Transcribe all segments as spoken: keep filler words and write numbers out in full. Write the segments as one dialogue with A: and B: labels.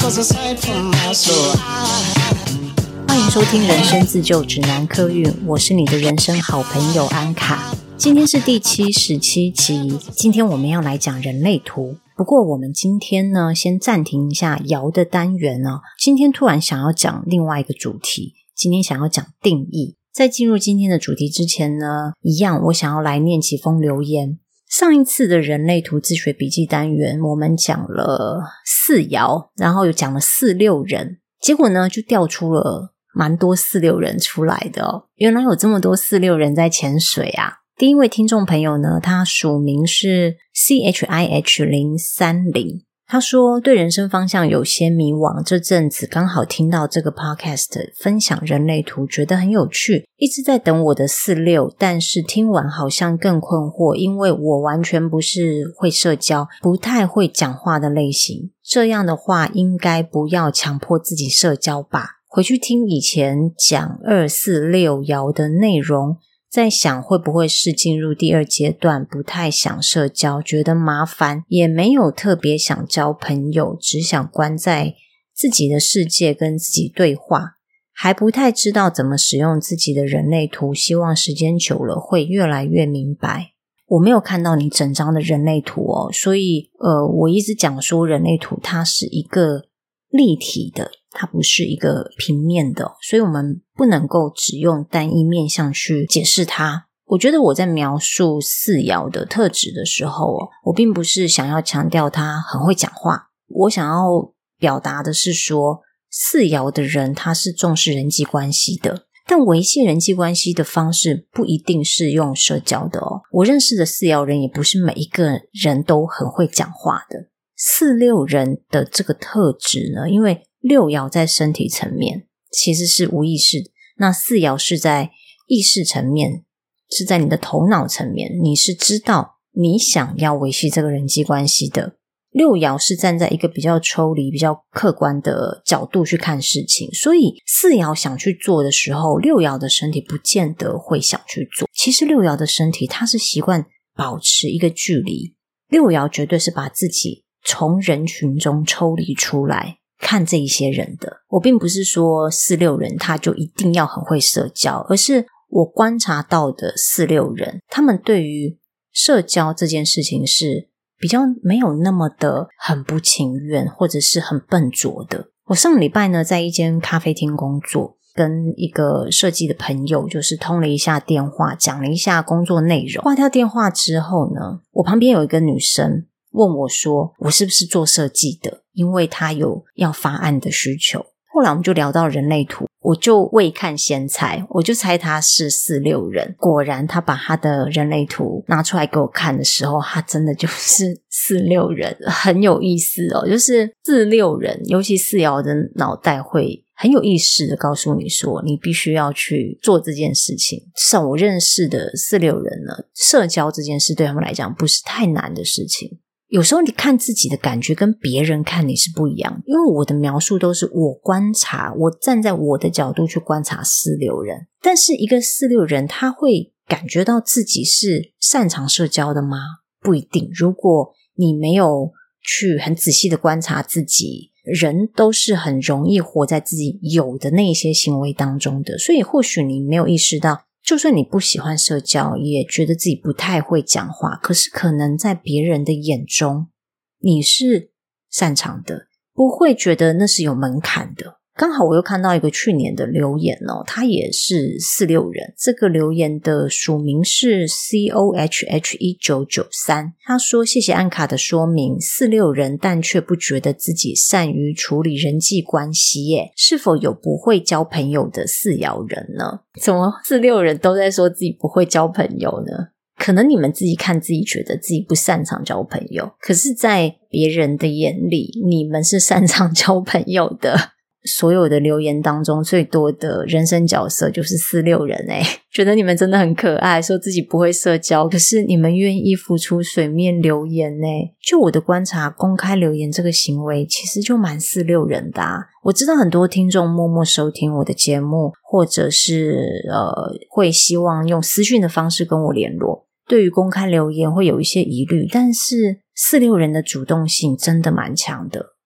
A: 欢迎收听人生自救指南客运，我是你的人生好朋友安卡。今天是第七十七集，今天我们要来讲人类图。不过我们今天呢，先暂停一下爻的单元哦。今天突然想要讲另外一个主题，今天想要讲定义。在进入今天的主题之前呢，一样我想要来念几封留言。上一次的人类图自学笔记单元，我们讲了四爻，然后有讲了四六人，结果呢就调出了蛮多四六人出来的哦。原来有这么多四六人在潜水啊！第一位听众朋友呢，他署名是 C H I H 零三零， 他说对人生方向有些迷惘，这阵子刚好听到这个 podcast 分享人类图，觉得很有趣，一直在等我的四六，但是听完好像更困惑，因为我完全不是会社交，不太会讲话的类型，这样的话应该不要强迫自己社交吧。回去听以前讲二四六爻的内容，在想会不会是进入第二阶段，不太想社交，觉得麻烦，也没有特别想交朋友，只想关在自己的世界跟自己对话，还不太知道怎么使用自己的人类图，希望时间久了会越来越明白。我没有看到你整张的人类图哦，所以呃，我一直讲说人类图它是一个立体的，它不是一个平面的，所以我们不能够只用单一面向去解释它。我觉得我在描述四爻的特质的时候，我并不是想要强调他很会讲话，我想要表达的是说，四爻的人他是重视人际关系的，但维系人际关系的方式不一定是用社交的哦。我认识的四爻人也不是每一个人都很会讲话的。四六人的这个特质呢，因为六爻在身体层面其实是无意识的，那四爻是在意识层面，是在你的头脑层面，你是知道你想要维系这个人际关系的。六爻是站在一个比较抽离比较客观的角度去看事情，所以四爻想去做的时候，六爻的身体不见得会想去做。其实六爻的身体它是习惯保持一个距离，六爻绝对是把自己从人群中抽离出来看这一些人的。我并不是说四六人他就一定要很会社交，而是我观察到的四六人，他们对于社交这件事情是比较没有那么的很不情愿，或者是很笨拙的。我上个礼拜呢，在一间咖啡厅工作，跟一个设计的朋友就是通了一下电话，讲了一下工作内容。挂掉电话之后呢，我旁边有一个女生问我说我是不是做设计的，因为她有要发案的需求。后来我们就聊到人类图，我就未看先猜，我就猜他是四六人。果然他把他的人类图拿出来给我看的时候，他真的就是四六人，很有意思哦。就是四六人，尤其四爻的脑袋会很有意识的告诉你说你必须要去做这件事情。至少我认识的四六人呢，社交这件事对他们来讲不是太难的事情。有时候你看自己的感觉跟别人看你是不一样，因为我的描述都是我观察，我站在我的角度去观察四六人。但是一个四六人他会感觉到自己是擅长社交的吗？不一定。如果你没有去很仔细的观察自己，人都是很容易活在自己有的那些行为当中的，所以或许你没有意识到，就算你不喜欢社交，也觉得自己不太会讲话，可是可能在别人的眼中你是擅长的，不会觉得那是有门槛的。刚好我又看到一个去年的留言哦，他也是四六人，这个留言的署名是 C O H H 一九九三， 他说谢谢安卡的说明，四六人但却不觉得自己善于处理人际关系耶，是否有不会交朋友的四爻人呢？怎么四六人都在说自己不会交朋友呢？可能你们自己看自己觉得自己不擅长交朋友，可是在别人的眼里你们是擅长交朋友的。所有的留言当中最多的人生角色就是四六人诶，觉得你们真的很可爱，说自己不会社交，可是你们愿意浮出水面留言诶。就我的观察，公开留言这个行为其实就蛮四六人的啊。我知道很多听众默默收听我的节目，或者是呃会希望用私讯的方式跟我联络，对于公开留言会有一些疑虑，但是四六人的主动性真的蛮强的。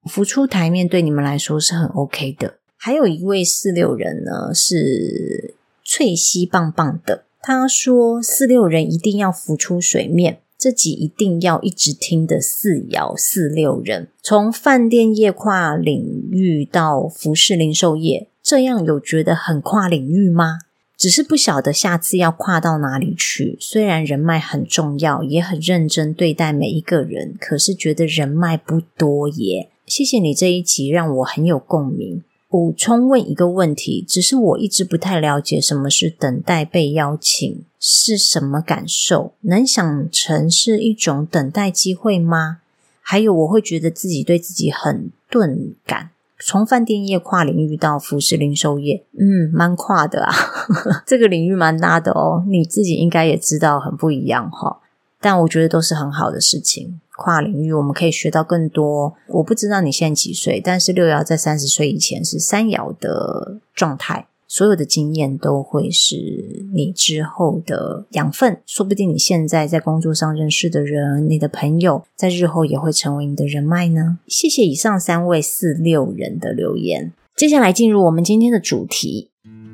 A: 浮出台面对你们来说是很 OK 的。还有一位四六人呢是脆西棒棒的，他说四六人一定要浮出水面，这集一定要一直听的四爻四六人，从饭店业跨领域到服饰零售业，这样有觉得很跨领域吗？只是不晓得下次要跨到哪里去。虽然人脉很重要，也很认真对待每一个人，可是觉得人脉不多耶。谢谢你这一集让我很有共鸣。补充问一个问题，只是我一直不太了解什么是等待被邀请，是什么感受？能想成是一种等待机会吗？还有我会觉得自己对自己很钝感，从饭店业跨领域到服饰零售业，嗯，蛮跨的啊这个领域蛮大的哦，你自己应该也知道很不一样齁。但我觉得都是很好的事情，跨领域我们可以学到更多。我不知道你现在几岁，但是六爻在三十岁以前是三爻的状态，所有的经验都会是你之后的养分，说不定你现在在工作上认识的人，你的朋友在日后也会成为你的人脉呢。谢谢以上三位四六人的留言。接下来进入我们今天的主题，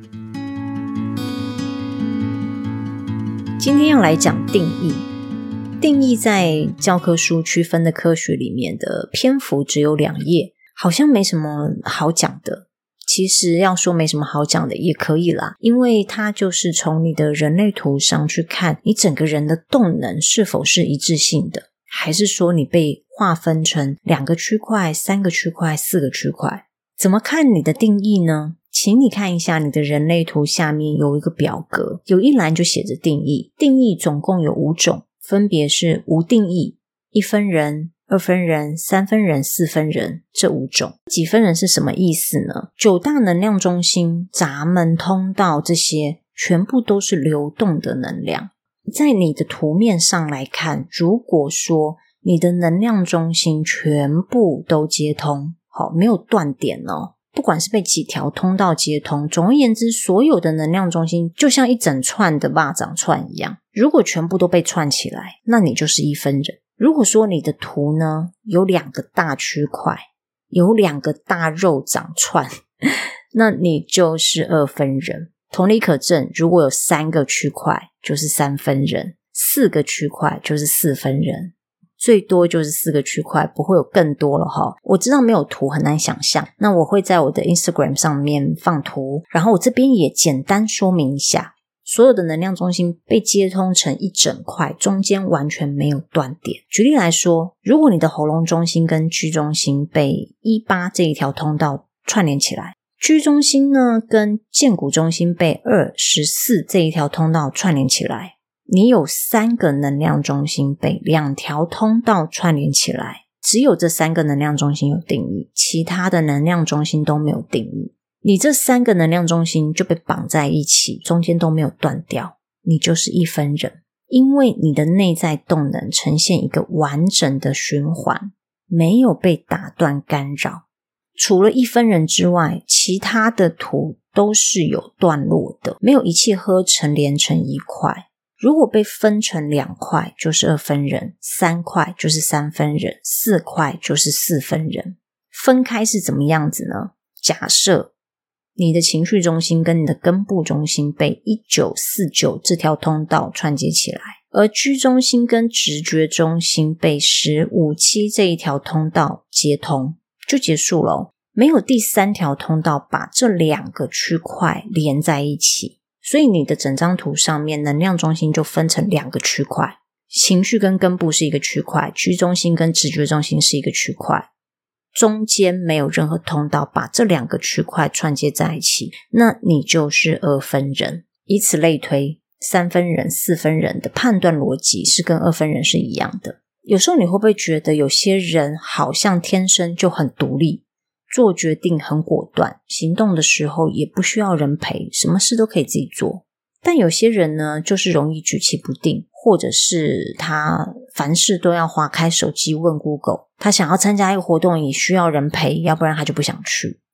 A: 今天要来讲定义。定义在教科书区分的科学里面的篇幅只有两页，好像没什么好讲的。其实要说没什么好讲的也可以啦，因为它就是从你的人类图上去看你整个人的动能是否是一致性的，还是说你被划分成两个区块、三个区块、四个区块。怎么看你的定义呢？请你看一下你的人类图下面有一个表格，有一栏就写着定义。定义总共有五种，分别是无定义、一分人、二分人、三分人、四分人，这五种。几分人是什么意思呢？九大能量中心、闸门、通道，这些全部都是流动的能量。在你的图面上来看，如果说你的能量中心全部都接通，好，没有断点哦，不管是被几条通道接通，总而言之，所有的能量中心就像一整串的蚂蚱串一样，如果全部都被串起来，那你就是一分人。如果说你的图呢有两个大区块，有两个大肉长串那你就是二分人。同理可证，如果有三个区块就是三分人，四个区块就是四分人，最多就是四个区块，不会有更多了齁。我知道没有图很难想象，那我会在我的 Instagram 上面放图，然后我这边也简单说明一下，所有的能量中心被接通成一整块，中间完全没有断点。举例来说，如果你的喉咙中心跟居中心被一八这一条通道串联起来，居中心呢跟剑骨中心被二十四这一条通道串联起来，你有三个能量中心被两条通道串联起来，只有这三个能量中心有定义，其他的能量中心都没有定义。你这三个能量中心就被绑在一起，中间都没有断掉，你就是一分人。因为你的内在动能呈现一个完整的循环，没有被打断干扰。除了一分人之外，其他的图都是有段落的，没有一气呵成连成一块。如果被分成两块就是二分人，三块就是三分人，四块就是四分人。分开是怎么样子呢？假设你的情绪中心跟你的根部中心被一九四九这条通道串接起来，而居中心跟直觉中心被十五七这一条通道接通，就结束了。没有第三条通道把这两个区块连在一起，所以你的整张图上面能量中心就分成两个区块，情绪跟根部是一个区块，居中心跟直觉中心是一个区块，中间没有任何通道把这两个区块串接在一起，那你就是二分人。以此类推，三分人、四分人的判断逻辑是跟二分人是一样的。有时候你会不会觉得有些人好像天生就很独立，做决定很果断，行动的时候也不需要人陪，什么事都可以自己做。但有些人呢，就是容易举棋不定，或者是他凡事都要划开手机问 Google， 他想要参加一个活动也需要人陪，要不然他就不想去。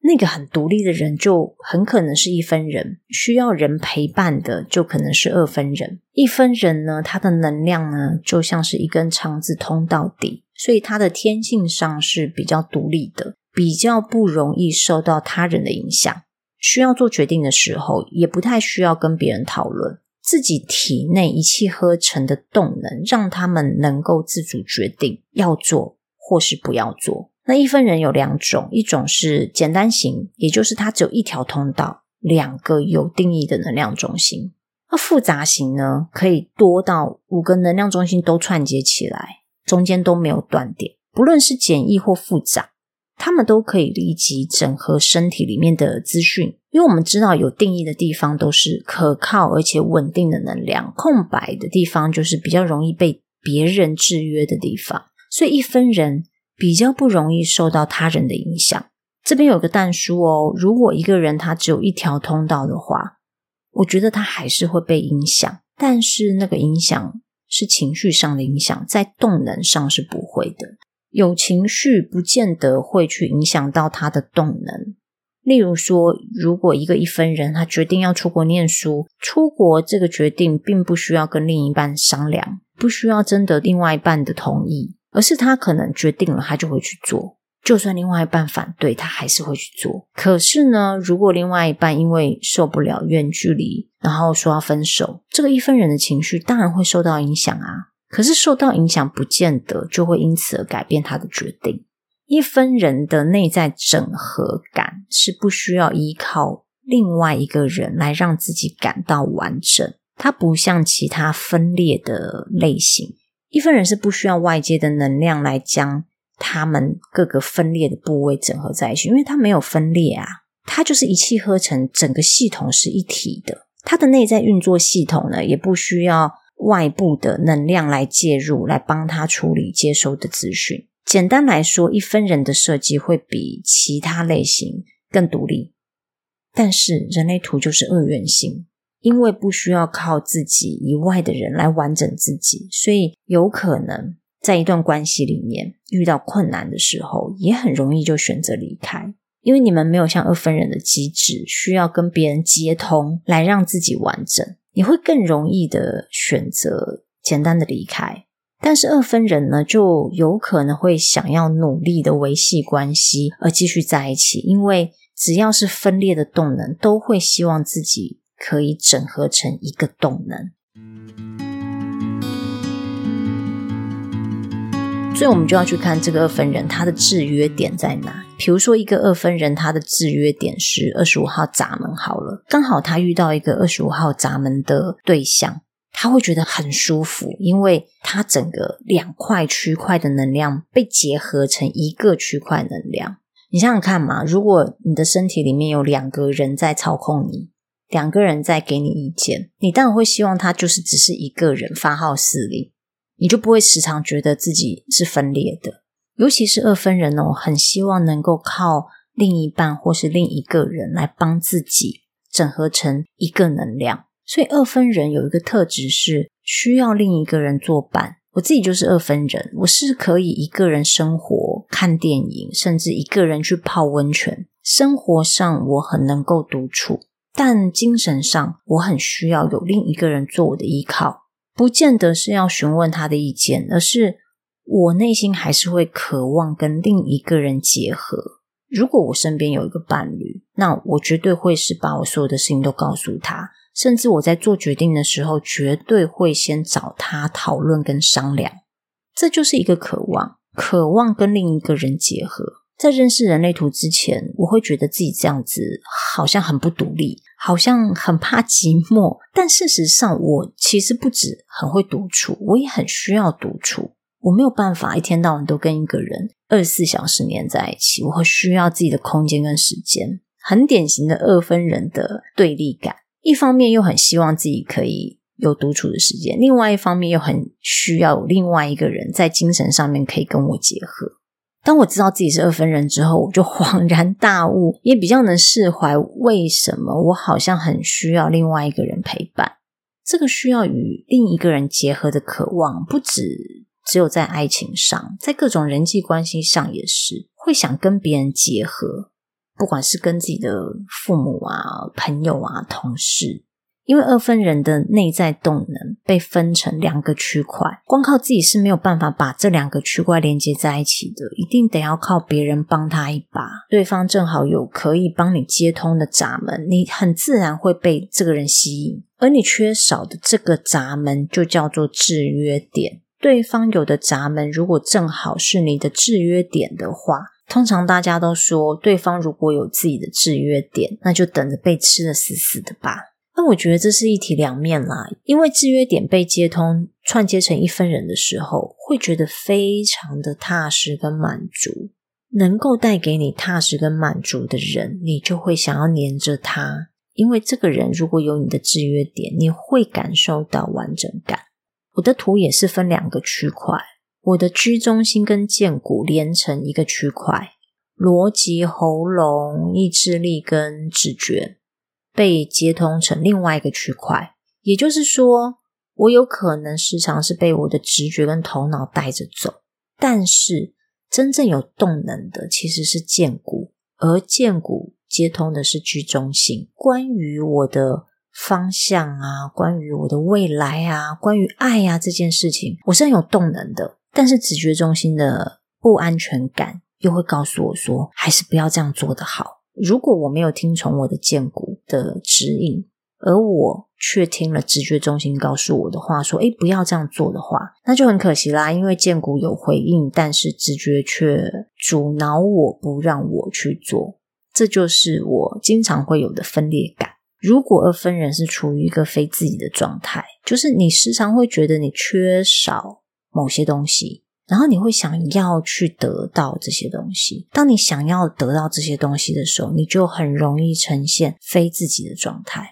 A: 那个很独立的人就很可能是一分人，需要人陪伴的就可能是二分人。一分人呢，他的能量呢就像是一根肠子通到底，所以他的天性上是比较独立的，比较不容易受到他人的影响，需要做决定的时候也不太需要跟别人讨论，自己体内一气呵成的动能让他们能够自主决定要做或是不要做。那一分人有两种，一种是简单型，也就是它只有一条通道，两个有定义的能量中心。那复杂型呢，可以多到五个能量中心都串接起来，中间都没有断点，不论是简易或复杂，他们都可以立即整合身体里面的资讯。因为我们知道有定义的地方都是可靠而且稳定的能量，空白的地方就是比较容易被别人制约的地方，所以一分人比较不容易受到他人的影响。这边有个但书哦，如果一个人他只有一条通道的话，我觉得他还是会被影响，但是那个影响是情绪上的影响，在动能上是不会的。有情绪不见得会去影响到他的动能。例如说，如果一个一分人他决定要出国念书，出国这个决定并不需要跟另一半商量，不需要征得另外一半的同意，而是他可能决定了他就会去做，就算另外一半反对他还是会去做。可是呢，如果另外一半因为受不了远距离然后说要分手，这个一分人的情绪当然会受到影响啊。可是受到影响不见得就会因此而改变他的决定。一分人的内在整合感是不需要依靠另外一个人来让自己感到完整，它不像其他分裂的类型。一分人是不需要外界的能量来将他们各个分裂的部位整合在一起，因为它没有分裂啊，它就是一气呵成，整个系统是一体的。它的内在运作系统呢，也不需要外部的能量来介入，来帮他处理接收的资讯。简单来说，一分人的设计会比其他类型更独立，但是人类图就是二元性，因为不需要靠自己以外的人来完整自己，所以有可能在一段关系里面遇到困难的时候，也很容易就选择离开，因为你们没有像二分人的机制需要跟别人接通来让自己完整，你会更容易的选择简单的离开。但是二分人呢，就有可能会想要努力的维系关系而继续在一起，因为只要是分裂的动能都会希望自己可以整合成一个动能。所以我们就要去看这个二分人他的制约点在哪。比如说一个二分人他的制约点是二十五号闸门好了，刚好他遇到一个二十五号闸门的对象，他会觉得很舒服，因为他整个两块区块的能量被结合成一个区块能量。你想想看嘛，如果你的身体里面有两个人在操控你，两个人在给你意见，你当然会希望他就是只是一个人发号施令，你就不会时常觉得自己是分裂的。尤其是二分人哦，很希望能够靠另一半或是另一个人来帮自己整合成一个能量。所以二分人有一个特质是需要另一个人作伴。我自己就是二分人，我是可以一个人生活、看电影，甚至一个人去泡温泉。生活上我很能够独处，但精神上我很需要有另一个人做我的依靠，不见得是要询问他的意见，而是我内心还是会渴望跟另一个人结合。如果我身边有一个伴侣，那我绝对会是把我所有的事情都告诉他，甚至我在做决定的时候绝对会先找他讨论跟商量。这就是一个渴望，渴望跟另一个人结合。在认识人类图之前，我会觉得自己这样子好像很不独立，好像很怕寂寞，但事实上我其实不止很会独处，我也很需要独处。我没有办法一天到晚都跟一个人二十四小时黏在一起，我会需要自己的空间跟时间。很典型的二分人的对立感，一方面又很希望自己可以有独处的时间，另外一方面又很需要有另外一个人在精神上面可以跟我结合。当我知道自己是二分人之后，我就恍然大悟，也比较能释怀为什么我好像很需要另外一个人陪伴。这个需要与另一个人结合的渴望，不止只有在爱情上，在各种人际关系上也是会想跟别人结合。 不管是跟自己的父母啊、朋友啊、同事。因为二分人的内在动能被分成两个区块，光靠自己是没有办法把这两个区块连接在一起的，一定得要靠别人帮他一把。对方正好有可以帮你接通的闸门，你很自然会被这个人吸引，而你缺少的这个闸门就叫做制约点。对方有的闸门如果正好是你的制约点的话，通常大家都说对方如果有自己的制约点，那就等着被吃得死死的吧。那我觉得这是一体两面啦，因为制约点被接通串接成一分人的时候，会觉得非常的踏实跟满足，能够带给你踏实跟满足的人，你就会想要黏着他，因为这个人如果有你的制约点，你会感受到完整感。我的图也是分两个区块，我的居中心跟剑骨连成一个区块，逻辑、喉咙、意志力跟直觉被接通成另外一个区块，也就是说，我有可能时常是被我的直觉跟头脑带着走，但是真正有动能的其实是剑骨，而剑骨接通的是居中心。关于我的方向啊，关于我的未来啊，关于爱啊这件事情，我是很有动能的，但是直觉中心的不安全感又会告诉我说，还是不要这样做得好。如果我没有听从我的剑骨的指引，而我却听了直觉中心告诉我的话说诶不要这样做的话，那就很可惜啦，因为剑骨有回应，但是直觉却阻挠我不让我去做，这就是我经常会有的分裂感。如果二分人是处于一个非自己的状态，就是你时常会觉得你缺少某些东西，然后你会想要去得到这些东西，当你想要得到这些东西的时候，你就很容易呈现非自己的状态。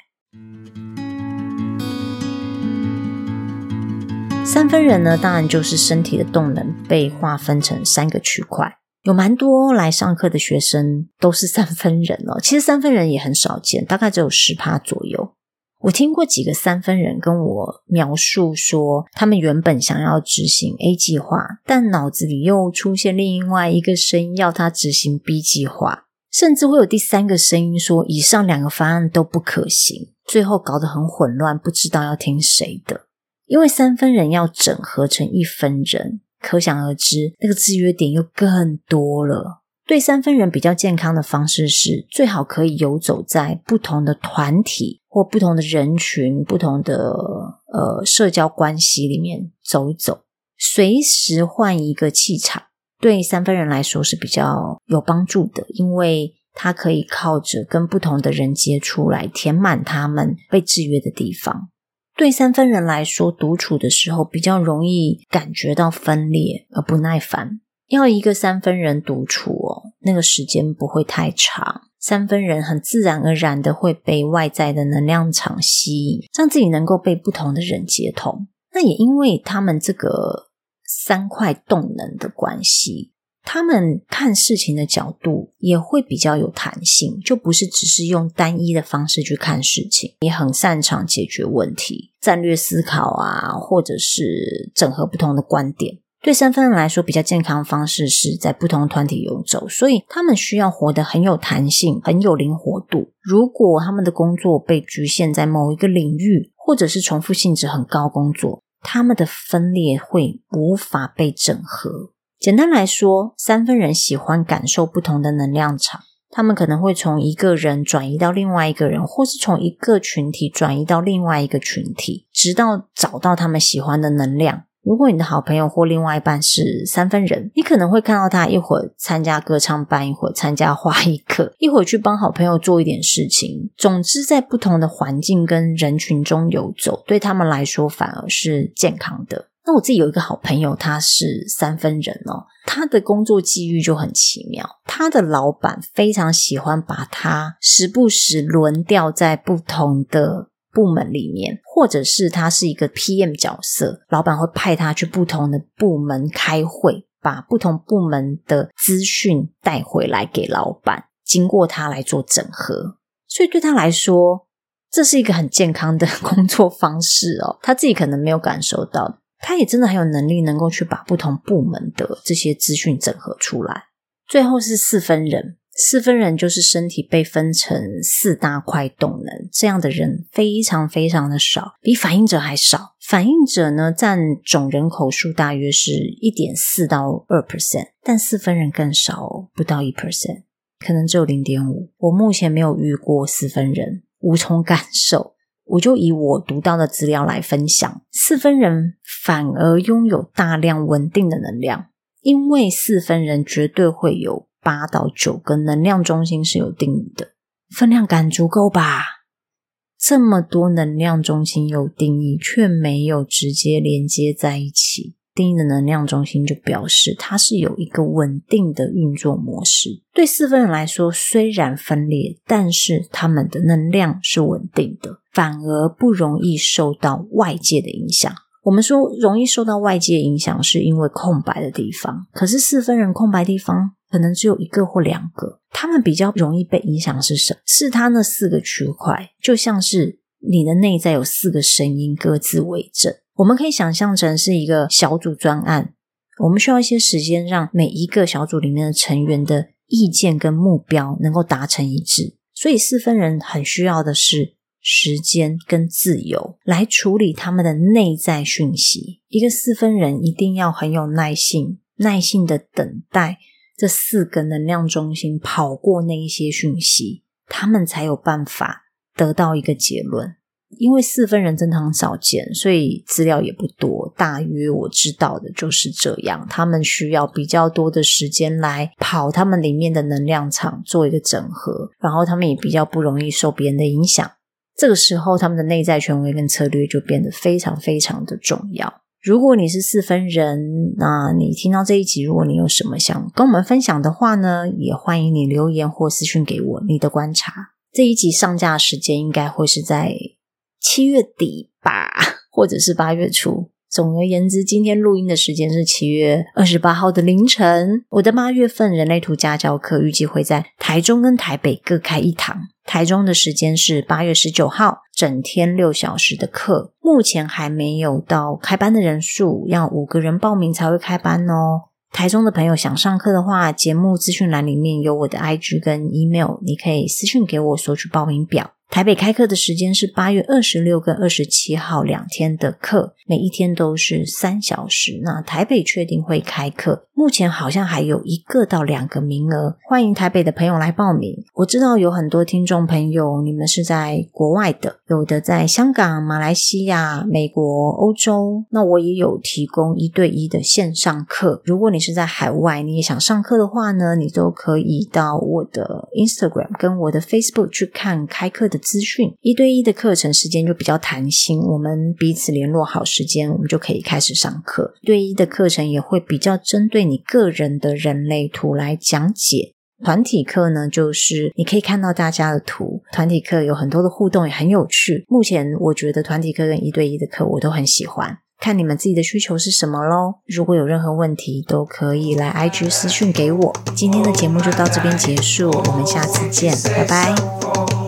A: 三分人呢，当然就是身体的动能被划分成三个区块，有蛮多来上课的学生都是三分人哦，其实三分人也很少见，大概只有 百分之十 左右。我听过几个三分人跟我描述说，他们原本想要执行 A 计划，但脑子里又出现另外一个声音要他执行 B 计划，甚至会有第三个声音说以上两个方案都不可行，最后搞得很混乱，不知道要听谁的。因为三分人要整合成一分人，可想而知那个制约点又更多了。对三分人比较健康的方式是，最好可以游走在不同的团体或不同的人群、不同的呃社交关系里面走一走，随时换一个气场，对三分人来说是比较有帮助的，因为他可以靠着跟不同的人接触来填满他们被制约的地方。对三分人来说，独处的时候比较容易感觉到分裂而不耐烦。要一个三分人独处哦，那个时间不会太长，三分人很自然而然的会被外在的能量场吸引，让自己能够被不同的人接通。那也因为他们这个三块动能的关系，他们看事情的角度也会比较有弹性，就不是只是用单一的方式去看事情，也很擅长解决问题，战略思考啊，或者是整合不同的观点。对三分人来说，比较健康的方式是在不同团体游走，所以他们需要活得很有弹性，很有灵活度。如果他们的工作被局限在某一个领域，或者是重复性质很高工作，他们的分裂会无法被整合。简单来说，三分人喜欢感受不同的能量场，他们可能会从一个人转移到另外一个人，或是从一个群体转移到另外一个群体，直到找到他们喜欢的能量。如果你的好朋友或另外一半是三分人，你可能会看到他一会儿参加歌唱班，一会儿参加花艺课，一会儿去帮好朋友做一点事情。总之在不同的环境跟人群中游走，对他们来说反而是健康的。那我自己有一个好朋友，他是三分人哦，他的工作际遇就很奇妙，他的老板非常喜欢把他时不时轮调在不同的部门里面，或者是他是一个 P M 角色，老板会派他去不同的部门开会，把不同部门的资讯带回来给老板，经过他来做整合。所以对他来说，这是一个很健康的工作方式哦，他自己可能没有感受到，他也真的很有能力能够去把不同部门的这些资讯整合出来。最后是四分人， 四分人就是身体被分成四大块动能，这样的人非常非常的少，比反应者还少。反应者呢，占总人口数大约是 一点四到二 percent， 但四分人更少哦，不到 百分之一， 可能只有 零点五。 我目前没有遇过四分人，无从感受。我就以我读到的资料来分享，四分人反而拥有大量稳定的能量，因为四分人绝对会有八到九个能量中心是有定义的，分量感足够吧？这么多能量中心有定义，却没有直接连接在一起。定义的能量中心就表示它是有一个稳定的运作模式。对四分人来说，虽然分裂，但是他们的能量是稳定的，反而不容易受到外界的影响。我们说容易受到外界影响是因为空白的地方，可是四分人空白地方可能只有一个或两个，他们比较容易被影响是什么？是他那四个区块，就像是你的内在有四个声音各自为政。我们可以想象成是一个小组专案，我们需要一些时间让每一个小组里面的成员的意见跟目标能够达成一致，所以四分人很需要的是时间跟自由来处理他们的内在讯息。一个四分人一定要很有耐性，耐性的等待这四个能量中心跑过那一些讯息，他们才有办法得到一个结论。因为四分人真的很少见，所以资料也不多，大约我知道的就是这样。他们需要比较多的时间来跑他们里面的能量场做一个整合，然后他们也比较不容易受别人的影响。这个时候他们的内在权威跟策略就变得非常非常的重要。如果你是四分人，那你听到这一集，如果你有什么想跟我们分享的话呢，也欢迎你留言或私讯给我你的观察。这一集上架的时间应该会是在七月底吧，或者是八月初。总而言之，今天录音的时间是七月二十八号的凌晨。我的八月份人类图家教课预计会在台中跟台北各开一堂。台中的时间是八月十九号，整天六小时的课。目前还没有到开班的人数，要五个人报名才会开班哦。台中的朋友想上课的话，节目资讯栏里面有我的 I G 跟 email， 你可以私讯给我索取报名表。台北开课的时间是八月二十六跟二十七号两天的课，每一天都是三小时。那台北确定会开课，目前好像还有一个到两个名额，欢迎台北的朋友来报名。我知道有很多听众朋友，你们是在国外的，有的在香港、马来西亚、美国、欧洲，那我也有提供一对一的线上课。如果你是在海外，你也想上课的话呢，你都可以到我的 Instagram 跟我的 Facebook 去看开课的资讯。一对一的课程时间就比较弹性，我们彼此联络好时间，我们就可以开始上课。对一的课程也会比较针对你个人的人类图来讲解。团体课呢，就是你可以看到大家的图，团体课有很多的互动，也很有趣。目前我觉得团体课跟一对一的课我都很喜欢，看你们自己的需求是什么咯。如果有任何问题都可以来 I G 私讯给我。今天的节目就到这边结束，我们下次见，拜拜。